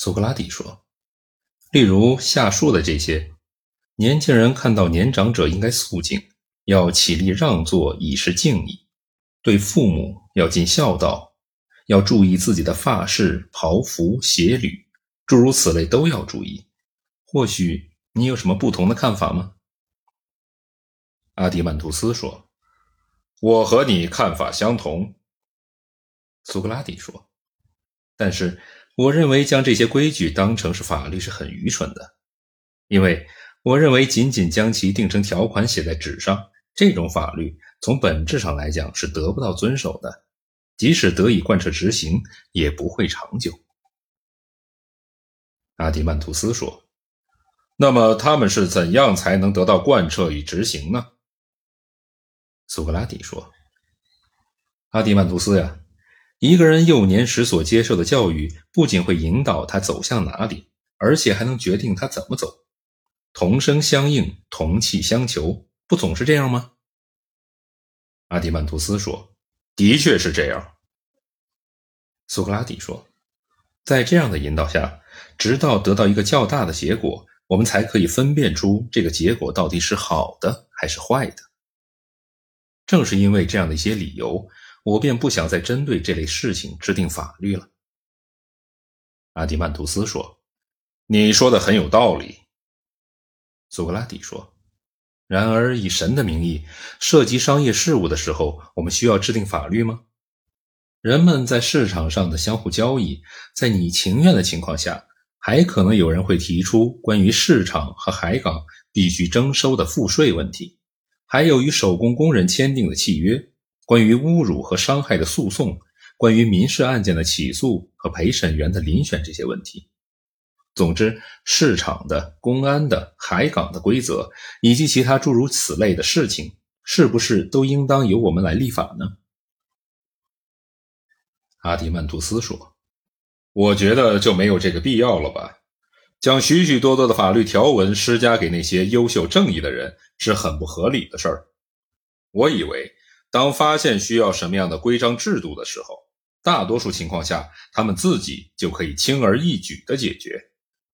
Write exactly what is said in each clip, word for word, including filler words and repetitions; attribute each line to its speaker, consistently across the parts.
Speaker 1: 苏格拉底说，例如下述的这些，年轻人看到年长者应该肃静，要起立让座以示敬意，对父母要尽孝道，要注意自己的发饰、袍服、鞋履，诸如此类都要注意。或许你有什么不同的看法吗？阿迪曼图斯说，我和你看法相同。苏格拉底说，但是我认为将这些规矩当成是法律是很愚蠢的，因为我认为仅仅将其定成条款写在纸上，这种法律从本质上来讲是得不到遵守的，即使得以贯彻执行，也不会长久。阿迪曼图斯说，那么他们是怎样才能得到贯彻与执行呢？苏格拉底说，阿迪曼图斯呀，一个人幼年时所接受的教育不仅会引导他走向哪里，而且还能决定他怎么走。同声相应，同气相求，不总是这样吗？阿迪曼图斯说，的确是这样。苏格拉底说，在这样的引导下，直到得到一个较大的结果，我们才可以分辨出这个结果到底是好的还是坏的。正是因为这样的一些理由，我便不想再针对这类事情制定法律了。阿迪曼图斯说，你说的很有道理。苏格拉底说，然而以神的名义涉及商业事务的时候，我们需要制定法律吗？人们在市场上的相互交易，在你情愿的情况下，还可能有人会提出关于市场和海港必须征收的赋税问题，还有与手工工人签订的契约，关于侮辱和伤害的诉讼，关于民事案件的起诉和陪审员的遴选这些问题。总之，市场的、公安的、海港的规则，以及其他诸如此类的事情，是不是都应当由我们来立法呢？阿迪曼图斯说，我觉得就没有这个必要了吧。将许许多多的法律条文施加给那些优秀正义的人是很不合理的事儿。我以为当发现需要什么样的规章制度的时候，大多数情况下他们自己就可以轻而易举地解决。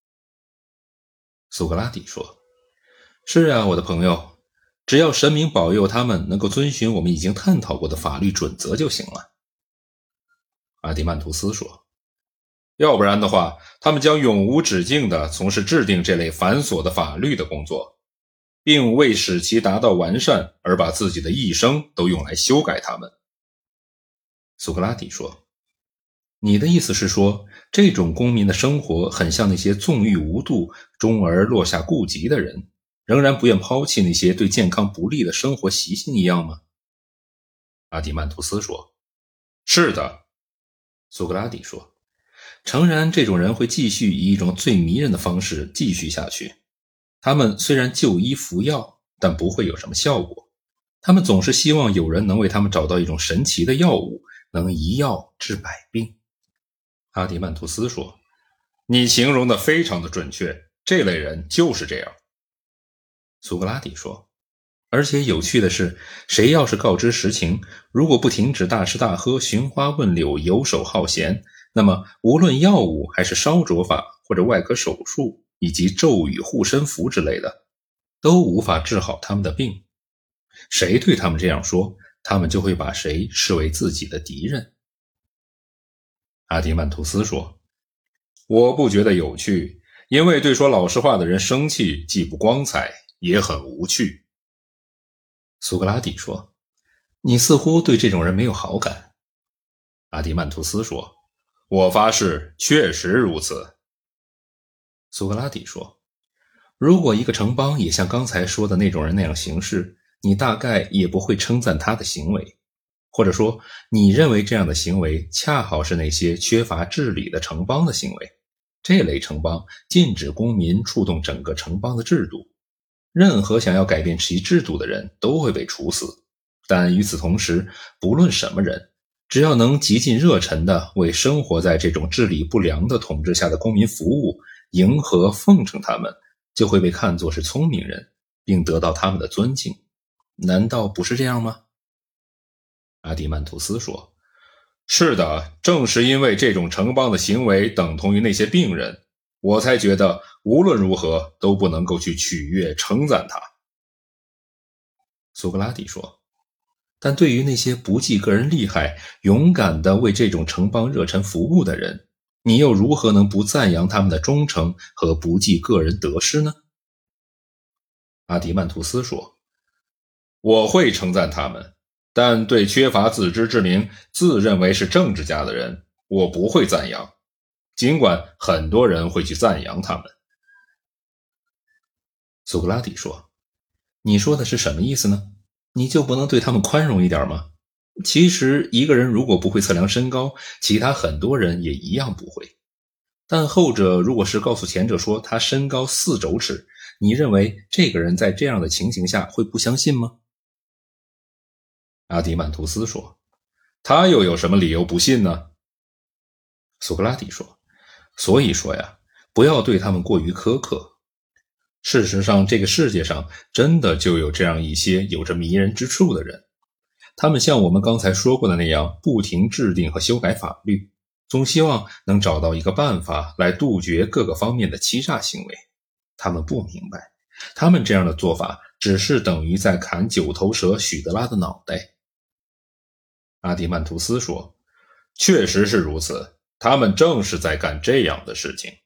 Speaker 1: 苏格拉底说，是啊，我的朋友，只要神明保佑他们能够遵循我们已经探讨过的法律准则就行了。阿迪曼图斯说，要不然的话，他们将永无止境地从事制定这类繁琐的法律的工作，并为使其达到完善而把自己的一生都用来修改它们。苏格拉底说，你的意思是说，这种公民的生活很像那些纵欲无度，终而落下痼疾的人，仍然不愿抛弃那些对健康不利的生活习性一样吗？阿迪曼图斯说，是的。苏格拉底说，诚然这种人会继续以一种最迷人的方式继续下去，他们虽然就医服药，但不会有什么效果，他们总是希望有人能为他们找到一种神奇的药物，能一药治百病。阿迪曼图斯说，你形容的非常的准确，这类人就是这样。苏格拉底说，而且有趣的是，谁要是告知实情，如果不停止大吃大喝、寻花问柳、游手好闲，那么无论药物还是烧灼法或者外科手术以及咒语护身符之类的，都无法治好他们的病。谁对他们这样说，他们就会把谁视为自己的敌人。阿迪曼图斯说，我不觉得有趣，因为对说老实话的人生气既不光彩也很无趣。苏格拉底说，你似乎对这种人没有好感。阿迪曼图斯说，我发誓确实如此。苏格拉底说，如果一个城邦也像刚才说的那种人那样行事，你大概也不会称赞他的行为，或者说你认为这样的行为恰好是那些缺乏治理的城邦的行为。这类城邦禁止公民触动整个城邦的制度，任何想要改变其制度的人都会被处死。但与此同时，不论什么人，只要能极尽热忱地为生活在这种治理不良的统治下的公民服务，迎合奉承他们，就会被看作是聪明人，并得到他们的尊敬。难道不是这样吗？阿迪曼图斯说， 是的，正是因为这种城邦的行为等同于那些病人，我才觉得无论如何都不能够去取悦称赞他。苏格拉底说，但对于那些不计个人利害，勇敢地为这种城邦热忱服务的人，你又如何能不赞扬他们的忠诚和不计个人得失呢？阿迪曼图斯说，我会称赞他们，但对缺乏自知之明、自认为是政治家的人，我不会赞扬，尽管很多人会去赞扬他们。苏格拉底说，你说的是什么意思呢？你就不能对他们宽容一点吗？其实一个人如果不会测量身高，其他很多人也一样不会。但后者如果是告诉前者说他身高四肘尺，你认为这个人在这样的情形下会不相信吗？阿迪曼图斯说，他又有什么理由不信呢？苏格拉底说，所以说呀，不要对他们过于苛刻。事实上，这个世界上真的就有这样一些有着迷人之处的人，他们像我们刚才说过的那样，不停制定和修改法律，总希望能找到一个办法来杜绝各个方面的欺诈行为。他们不明白，他们这样的做法只是等于在砍九头蛇许德拉的脑袋。阿迪曼图斯说，确实是如此，他们正是在干这样的事情。